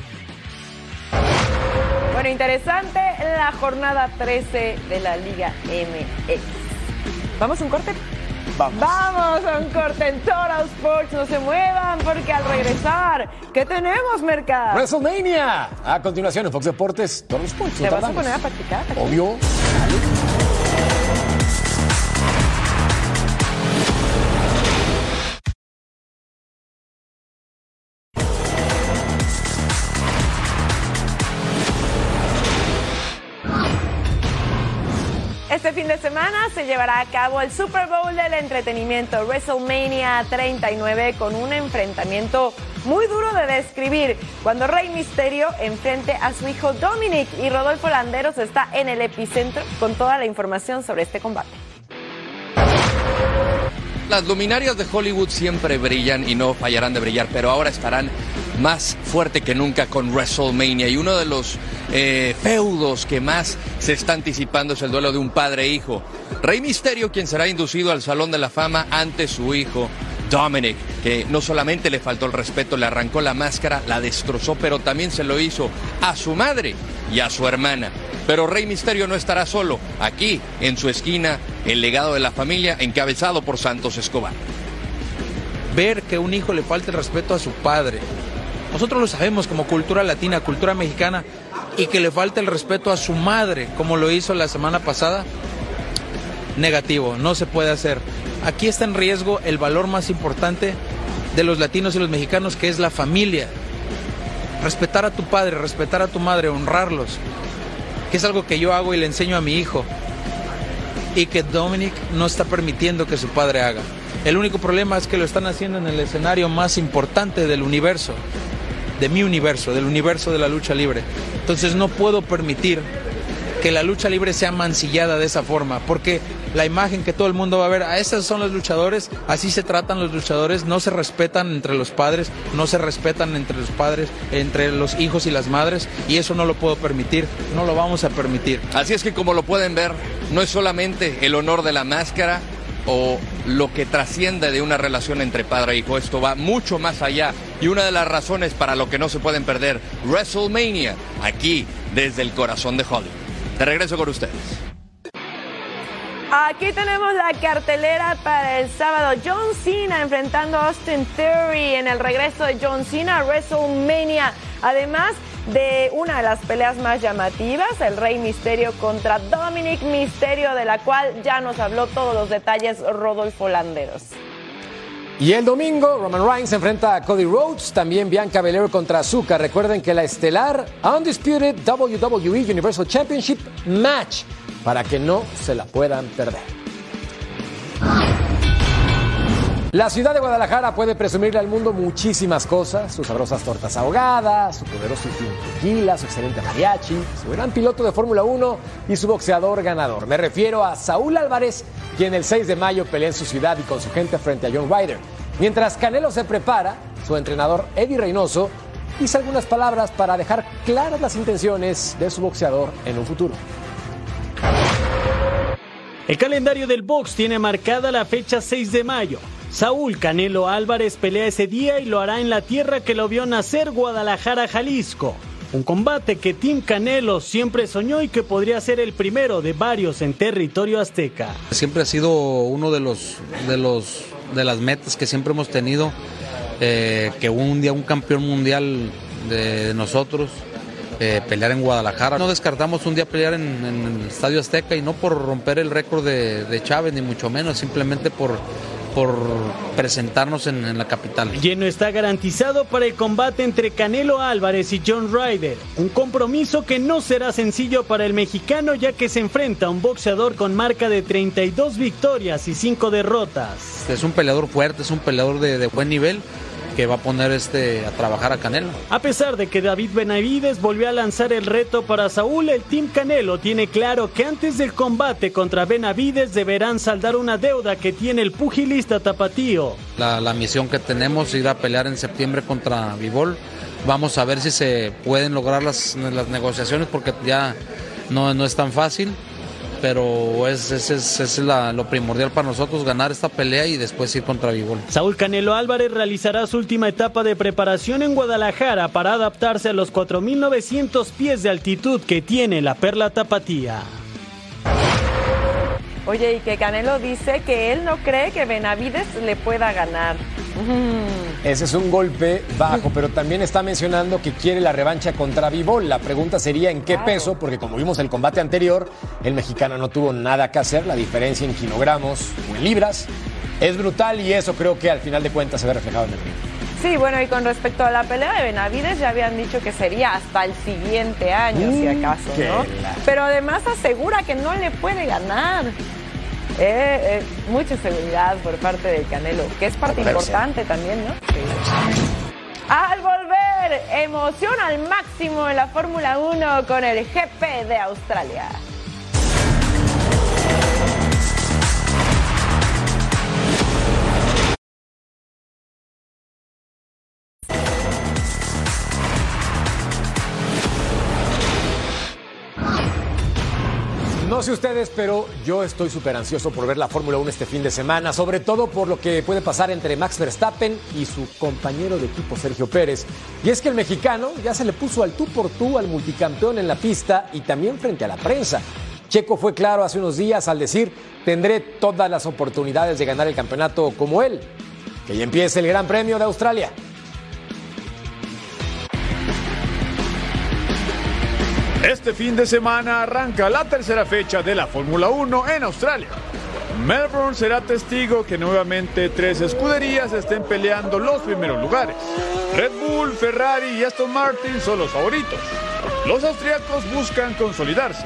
Bueno, interesante la jornada 13 de la Liga MX. ¿Vamos a un corte? Vamos a un corte en Total Sports. No se muevan porque al regresar, ¿qué tenemos, Mercado? WrestleMania. A continuación en Fox Deportes, Total Sports. ¿Te vas a poner a practicar? Obvio. Este fin de semana se llevará a cabo el Super Bowl del entretenimiento, WrestleMania 39, con un enfrentamiento muy duro de describir, cuando Rey Mysterio enfrente a su hijo Dominic, y Rodolfo Landeros está en el epicentro con toda la información sobre este combate. Las luminarias de Hollywood siempre brillan y no fallarán de brillar, pero ahora estarán más fuerte que nunca con WrestleMania, y uno de los feudos que más se está anticipando es el duelo de un padre e hijo. Rey Mysterio, quien será inducido al Salón de la Fama ante su hijo Dominic, que no solamente le faltó el respeto, le arrancó la máscara, la destrozó, pero también se lo hizo a su madre y a su hermana. Pero Rey Mysterio no estará solo. Aquí, en su esquina, el legado de la familia, encabezado por Santos Escobar. Ver que un hijo le falte el respeto a su padre. Nosotros lo sabemos como cultura latina, cultura mexicana, y que le falte el respeto a su madre, como lo hizo la semana pasada, negativo, no se puede hacer. Aquí está en riesgo el valor más importante de los latinos y los mexicanos, que es la familia. Respetar a tu padre, respetar a tu madre, honrarlos, que es algo que yo hago y le enseño a mi hijo, y que Dominic no está permitiendo que su padre haga. El único problema es que lo están haciendo en el escenario más importante del universo, de mi universo, del universo de la lucha libre. Entonces no puedo permitir que la lucha libre sea mancillada de esa forma, porque la imagen que todo el mundo va a ver, a esos son los luchadores, así se tratan los luchadores, no se respetan entre los padres, no se respetan entre los padres, entre los hijos y las madres, y eso no lo puedo permitir, no lo vamos a permitir. Así es que, como lo pueden ver, no es solamente el honor de la máscara o lo que trasciende de una relación entre padre e hijo, esto va mucho más allá, y una de las razones para lo que no se pueden perder WrestleMania, aquí desde el corazón de Hollywood. De regreso con ustedes. Aquí tenemos la cartelera para el sábado. John Cena enfrentando a Austin Theory en el regreso de John Cena a WrestleMania. Además de una de las peleas más llamativas, el Rey Mysterio contra Dominic Mysterio, de la cual ya nos habló todos los detalles Rodolfo Landeros. Y el domingo, Roman Reigns se enfrenta a Cody Rhodes, también Bianca Belair contra Asuka. Recuerden que la estelar Undisputed WWE Universal Championship Match, para que no se la puedan perder. La ciudad de Guadalajara puede presumirle al mundo muchísimas cosas: sus sabrosas tortas ahogadas, su poderoso tequila, su excelente mariachi, su gran piloto de Fórmula 1 y su boxeador ganador. Me refiero a Saúl Álvarez, quien el 6 de mayo pelea en su ciudad y con su gente frente a John Ryder. Mientras Canelo se prepara, su entrenador Eddie Reynoso dice algunas palabras para dejar claras las intenciones de su boxeador en un futuro. El calendario del box tiene marcada la fecha 6 de mayo. Saúl Canelo Álvarez pelea ese día y lo hará en la tierra que lo vio nacer, Guadalajara, Jalisco. Un combate que Team Canelo siempre soñó y que podría ser el primero de varios en territorio azteca. Siempre ha sido uno de las metas que siempre hemos tenido, que un día un campeón mundial de nosotros pelear en Guadalajara. No descartamos un día pelear en el Estadio Azteca, y no por romper el récord de Chávez, ni mucho menos, simplemente por presentarnos en la capital. Lleno está garantizado para el combate entre Canelo Álvarez y John Ryder, un compromiso que no será sencillo para el mexicano, ya que se enfrenta a un boxeador con marca de 32 victorias y 5 derrotas. Es un peleador fuerte, es un peleador de buen nivel, que va a poner a trabajar a Canelo. A pesar de que David Benavides volvió a lanzar el reto para Saúl, el Team Canelo tiene claro que antes del combate contra Benavides deberán saldar una deuda que tiene el pugilista tapatío. La misión que tenemos es ir a pelear en septiembre contra Bivol. Vamos a ver si se pueden lograr las negociaciones, porque ya no es tan fácil. Pero es lo primordial para nosotros, ganar esta pelea y después ir contra Bivol. Saúl Canelo Álvarez realizará su última etapa de preparación en Guadalajara para adaptarse a los 4.900 pies de altitud que tiene la Perla Tapatía. Oye, y que Canelo dice que él no cree que Benavides le pueda ganar. Ese es un golpe bajo, pero también está mencionando que quiere la revancha contra Bivol. La pregunta sería en qué peso, porque como vimos el combate anterior, el mexicano no tuvo nada que hacer. La diferencia en kilogramos o en libras es brutal y eso creo que al final de cuentas se ve reflejado en el ring. Sí, bueno, y con respecto a la pelea de Benavides, ya habían dicho que sería hasta el siguiente año, si acaso, ¿no? Pero además asegura que no le puede ganar. Mucha seguridad por parte de Canelo, que es parte importante también, ¿no? Sí. Al volver, emoción al máximo en la Fórmula 1 con el GP de Australia. No sé ustedes, pero yo estoy súper ansioso por ver la Fórmula 1 este fin de semana, sobre todo por lo que puede pasar entre Max Verstappen y su compañero de equipo Sergio Pérez. Y es que el mexicano ya se le puso al tú por tú al multicampeón en la pista y también frente a la prensa. Checo fue claro hace unos días al decir: tendré todas las oportunidades de ganar el campeonato como él. Que ya empiece el Gran Premio de Australia. Este fin de semana arranca la tercera fecha de la Fórmula 1 en Australia. Melbourne será testigo que nuevamente 3 escuderías estén peleando los primeros lugares. Red Bull, Ferrari y Aston Martin son los favoritos. Los austriacos buscan consolidarse.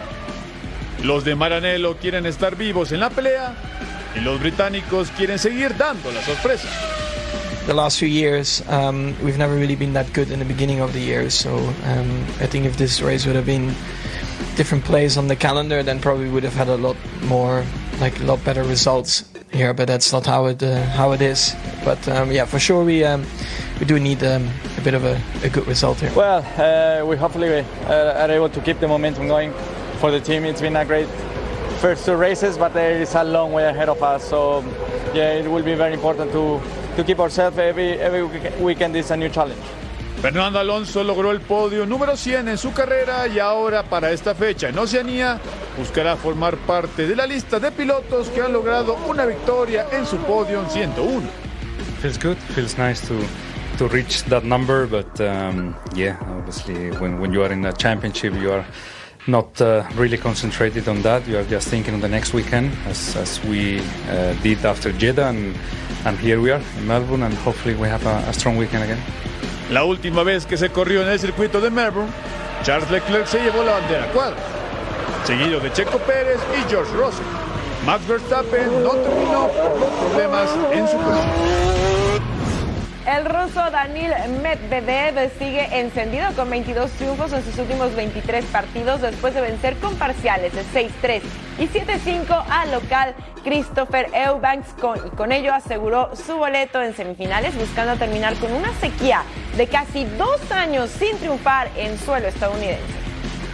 Los de Maranello quieren estar vivos en la pelea y los británicos quieren seguir dando la sorpresa. The last few years, we've never really been that good in the beginning of the year. So I think if this race would have been different plays on the calendar, then probably would have had a lot more, like a lot better results here. But that's not how it is. But yeah, for sure we do need a bit of a good result here. Well, we hopefully are able to keep the momentum going for the team. It's been a great first 2 races, but there is a long way ahead of us. So yeah, it will be very important to keep ourselves every weekend is a new challenge. Fernando Alonso logró el podio número 100 en su carrera y ahora para esta fecha en Oceanía buscará formar parte de la lista de pilotos que han logrado una victoria en su podio en 101. Feels good, feels nice to reach that number, but yeah, obviously when you are in a championship you are not really concentrated on that. You are just thinking on the next weekend, as we did after Jeddah, and here we are in Melbourne, and hopefully we have a strong weekend again. La última vez que se corrió en el circuito de Melbourne, Charles Leclerc se llevó la bandera cuadra, seguido de Checo Pérez y George Russell. Max Verstappen no terminó por los problemas en su coche. El ruso Daniil Medvedev sigue encendido con 22 triunfos en sus últimos 23 partidos después de vencer con parciales de 6-3 y 7-5 al local Christopher Eubanks y con ello aseguró su boleto en semifinales, buscando terminar con una sequía de casi 2 años sin triunfar en suelo estadounidense.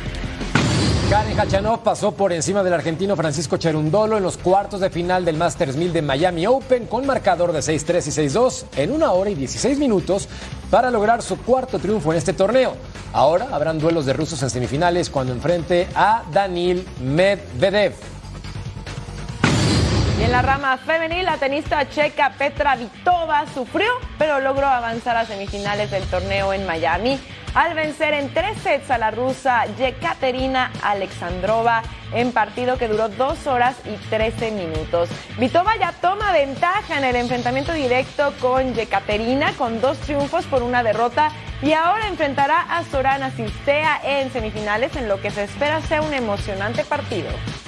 Karen Khachanov pasó por encima del argentino Francisco Cerundolo en los cuartos de final del Masters 1000 de Miami Open con marcador de 6-3 y 6-2 en 1 hora y 16 minutos para lograr su 4º triunfo en este torneo. Ahora habrán duelos de rusos en semifinales cuando enfrente a Daniil Medvedev. Y en la rama femenil, la tenista checa Petra Kvitova sufrió, pero logró avanzar a semifinales del torneo en Miami al vencer en 3 sets a la rusa Yekaterina Alexandrova en partido que duró 2 horas y 13 minutos. Kvitova ya toma ventaja en el enfrentamiento directo con Yekaterina con 2 triunfos por 1 derrota y ahora enfrentará a Sorana Cîrstea en semifinales en lo que se espera sea un emocionante partido.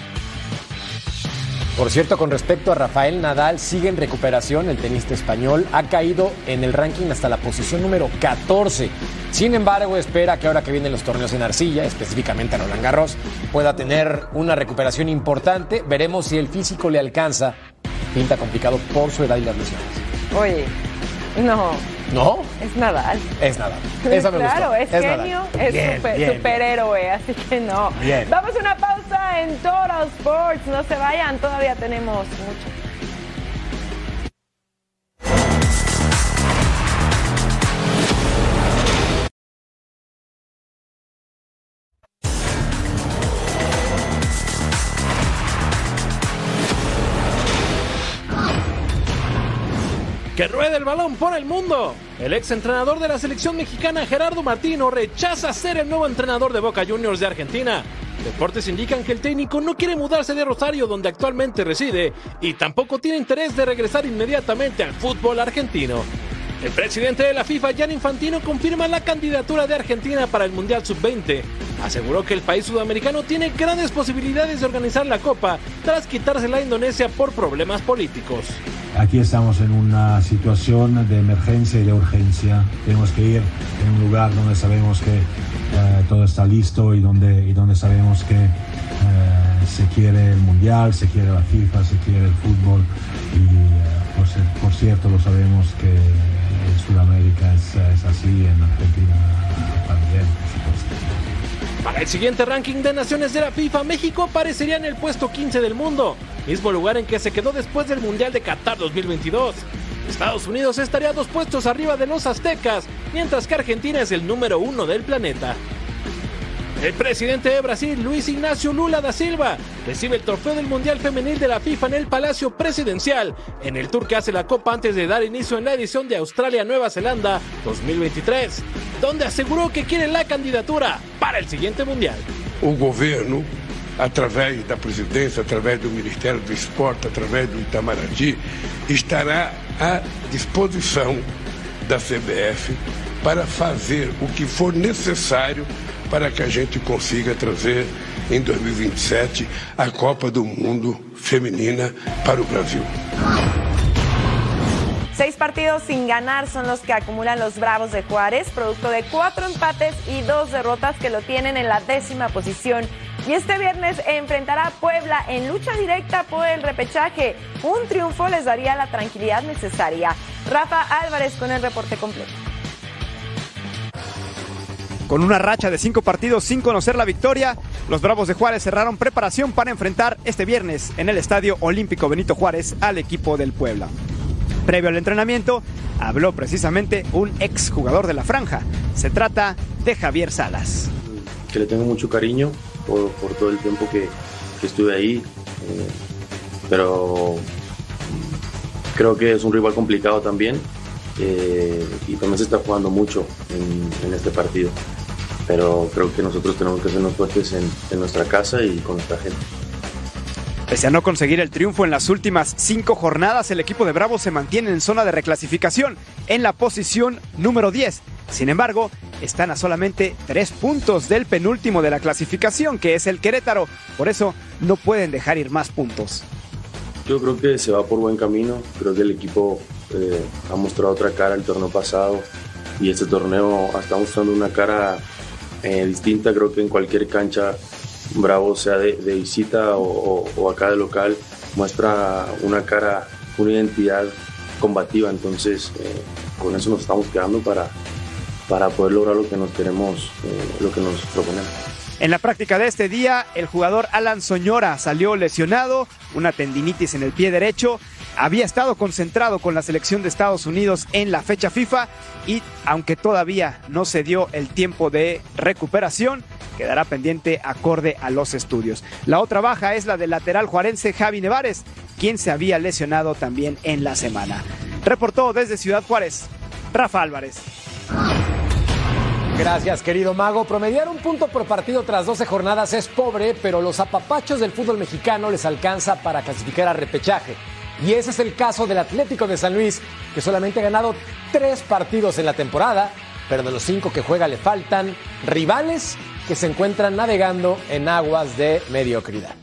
Por cierto, con respecto a Rafael Nadal, sigue en recuperación. El tenista español ha caído en el ranking hasta la posición número 14. Sin embargo, espera que ahora que vienen los torneos en arcilla, específicamente a Roland Garros, pueda tener una recuperación importante. Veremos si el físico le alcanza. Pinta complicado por su edad y las lesiones. Oye, no. ¿No? Es Nadal. Es Nadal. Esa me gustó. Claro, es genio, es superhéroe, así que no. Bien. Vamos a una pausa en Total Sports. No se vayan, todavía tenemos mucho. ¡Que ruede el balón por el mundo! El ex entrenador de la selección mexicana Gerardo Martino rechaza ser el nuevo entrenador de Boca Juniors de Argentina. Deportes indican que el técnico no quiere mudarse de Rosario, donde actualmente reside, y tampoco tiene interés de regresar inmediatamente al fútbol argentino. El presidente de la FIFA, Gianni Infantino, confirma la candidatura de Argentina para el Mundial Sub-20. Aseguró que el país sudamericano tiene grandes posibilidades de organizar la Copa tras quitársela a Indonesia por problemas políticos. Aquí estamos en una situación de emergencia y de urgencia. Tenemos que ir en un lugar donde sabemos que todo está listo y donde sabemos que se quiere el Mundial, se quiere la FIFA, se quiere el fútbol. Y por cierto, lo sabemos que en Sudamérica es así, en Argentina también, por supuesto. Para el siguiente ranking de naciones de la FIFA, México aparecería en el puesto 15 del mundo, mismo lugar en que se quedó después del Mundial de Qatar 2022. Estados Unidos estaría 2 puestos arriba de los aztecas, mientras que Argentina es el número 1 del planeta. El presidente de Brasil, Luis Ignacio Lula da Silva, recibe el trofeo del Mundial Femenil de la FIFA en el Palacio Presidencial, en el tour que hace la Copa antes de dar inicio en la edición de Australia-Nueva Zelanda 2023, donde aseguró que quiere la candidatura para el siguiente Mundial. O governo, através da presidência, através do Ministério do Esporte, através do Itamaraty, estará à disposição da CBF para fazer o que for necessário para que a gente consiga trazer em 2027 a Copa do Mundo femenina para o Brasil. 6 partidos sin ganar son los que acumulan los Bravos de Juárez, producto de 4 empates y 2 derrotas que lo tienen en la 10ª posición. Y este viernes enfrentará a Puebla en lucha directa por el repechaje. Un triunfo les daría la tranquilidad necesaria. Rafa Álvarez con el reporte completo. Con una racha de 5 partidos sin conocer la victoria, los Bravos de Juárez cerraron preparación para enfrentar este viernes en el Estadio Olímpico Benito Juárez al equipo del Puebla. Previo al entrenamiento, habló precisamente un exjugador de la franja. Se trata de Javier Salas. Que le tengo mucho cariño por todo el tiempo que estuve ahí, pero creo que es un rival complicado también. Y también se está jugando mucho en este partido, pero creo que nosotros tenemos que hacernos fuertes en nuestra casa y con nuestra gente. Pese a no conseguir el triunfo en las últimas 5 jornadas, el equipo de Bravos se mantiene en zona de reclasificación en la posición número 10. Sin embargo, están a solamente 3 puntos del penúltimo de la clasificación, que es el Querétaro. Por eso no pueden dejar ir más puntos. Yo creo que se va por buen camino. Creo que el equipo ha mostrado otra cara el torneo pasado y este torneo está mostrando una cara distinta. Creo que en cualquier cancha, Bravo sea de visita o acá de local, muestra una cara, una identidad combativa. Entonces con eso nos estamos quedando para poder lograr lo que nos queremos, lo que nos proponemos. En la práctica de este día, el jugador Alan Soñora salió lesionado, una tendinitis en el pie derecho. Había estado concentrado con la selección de Estados Unidos en la fecha FIFA y, aunque todavía no se dio el tiempo de recuperación, quedará pendiente acorde a los estudios. La otra baja es la del lateral juarense Javi Nevares, quien se había lesionado también en la semana. Reportó desde Ciudad Juárez, Rafa Álvarez. Gracias, querido Mago. Promediar un punto por partido tras 12 jornadas es pobre, pero los apapachos del fútbol mexicano les alcanza para clasificar a repechaje. Y ese es el caso del Atlético de San Luis, que solamente ha ganado 3 partidos en la temporada, pero de los 5 que juega le faltan rivales que se encuentran navegando en aguas de mediocridad.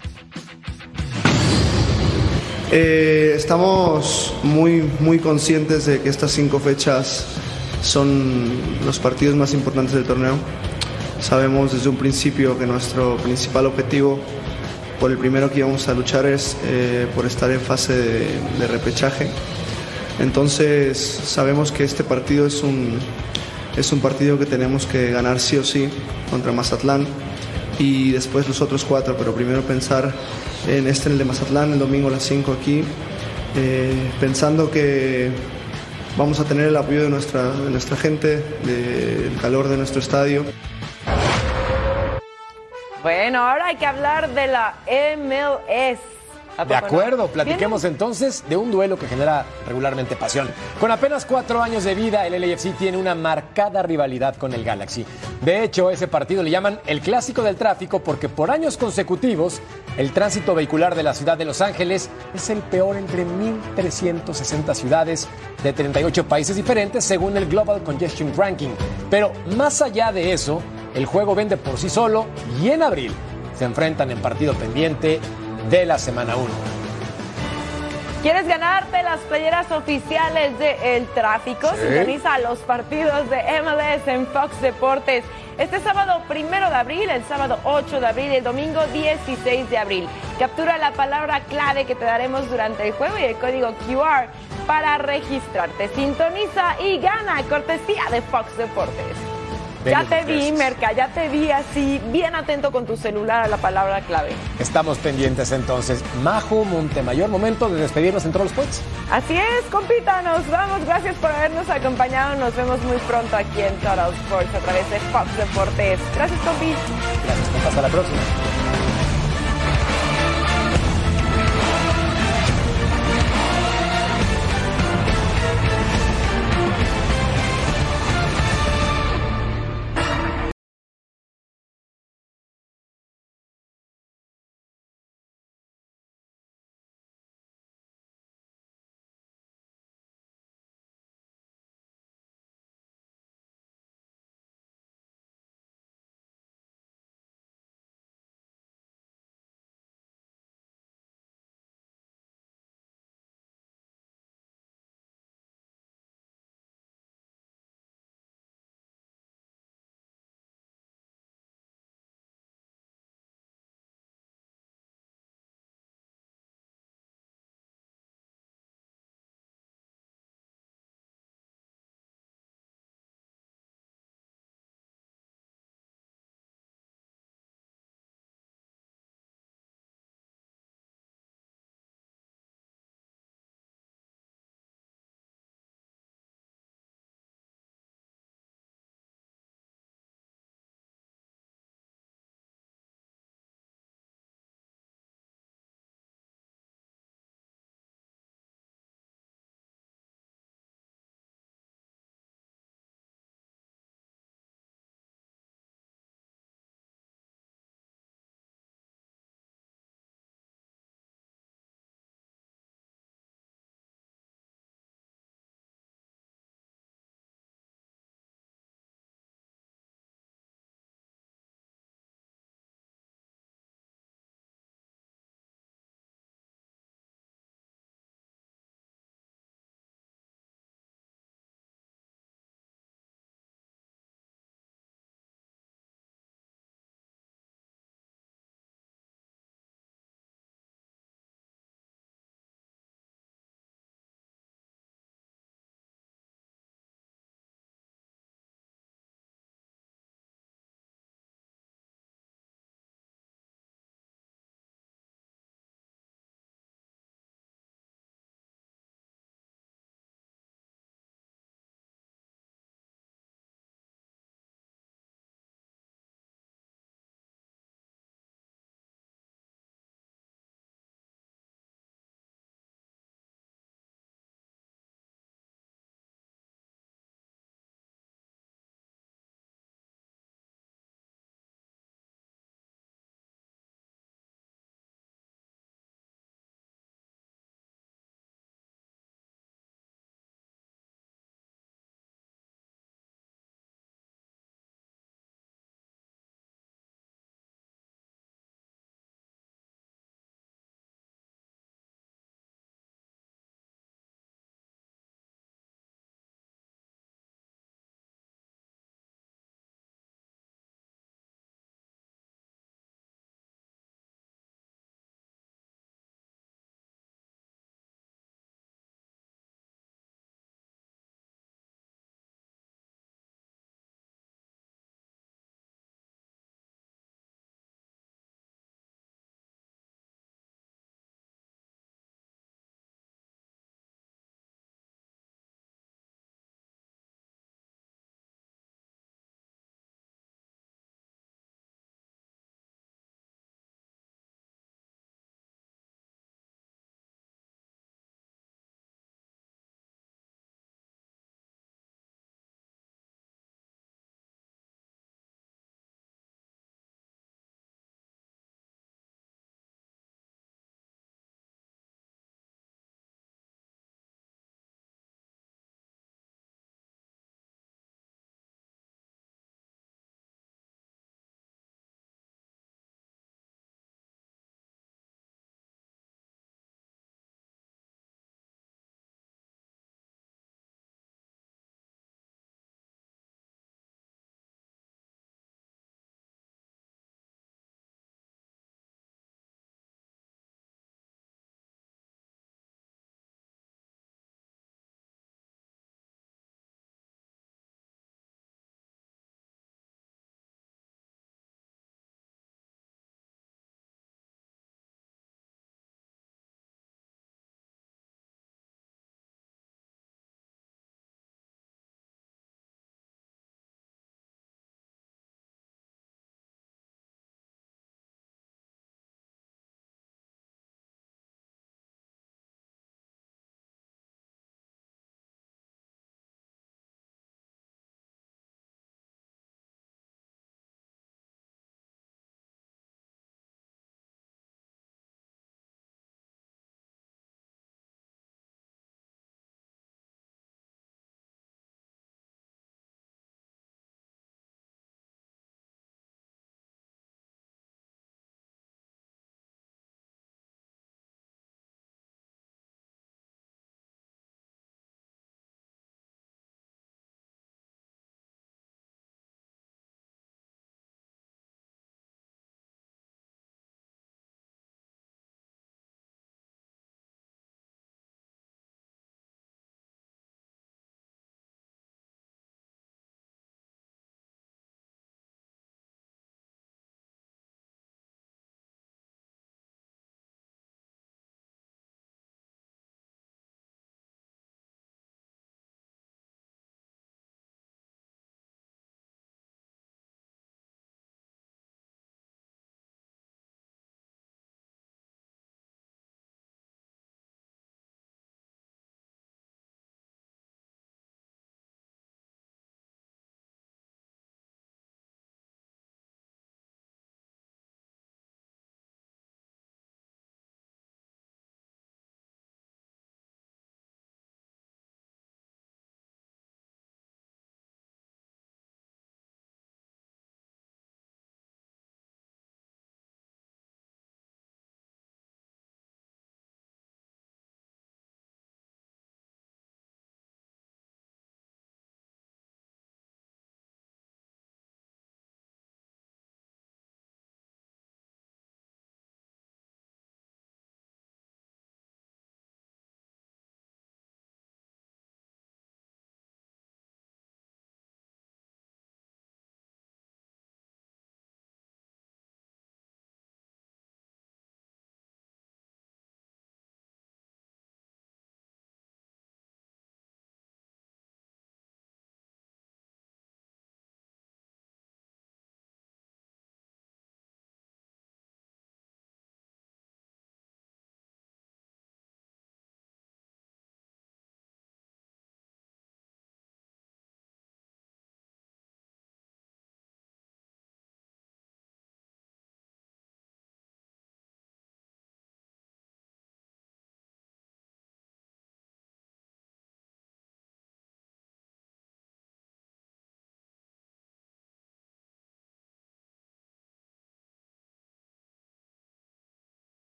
Estamos muy conscientes de que estas 5 fechas son los partidos más importantes del torneo. Sabemos desde un principio que nuestro principal objetivo, por el primero que íbamos a luchar, es por estar en fase de repechaje. Entonces sabemos que este partido es un partido que tenemos que ganar sí o sí contra Mazatlán y después los otros 4, pero primero pensar en el de Mazatlán, el domingo a las 5 aquí, pensando que vamos a tener el apoyo de nuestra gente, del calor de nuestro estadio. Bueno, ahora hay que hablar de la MLS. De acuerdo, platiquemos entonces de un duelo que genera regularmente pasión. Con apenas 4 años de vida, el LAFC tiene una marcada rivalidad con el Galaxy. De hecho, ese partido le llaman el clásico del tráfico porque por años consecutivos el tránsito vehicular de la ciudad de Los Ángeles es el peor entre 1.360 ciudades de 38 países diferentes según el Global Congestion Ranking. Pero más allá de eso, el juego vende por sí solo y en abril se enfrentan en partido pendiente de la semana 1. ¿Quieres ganarte las playeras oficiales de El Tráfico? Sí. Sintoniza los partidos de MLS en Fox Deportes este sábado 1 de abril, el sábado 8 de abril y el domingo 16 de abril. Captura la palabra clave que te daremos durante el juego y el código QR para registrarte. Sintoniza y gana, cortesía de Fox Deportes. Ya te vi, Merca, ya te vi así, bien atento con tu celular a la palabra clave. Estamos pendientes entonces. Majo Montemayor, momento de despedirnos en Troll Sports. Así es, compita, nos vamos. Gracias por habernos acompañado. Nos vemos muy pronto aquí en Total Sports a través de Fox Deportes. Gracias, compi. Gracias, compa. Hasta la próxima.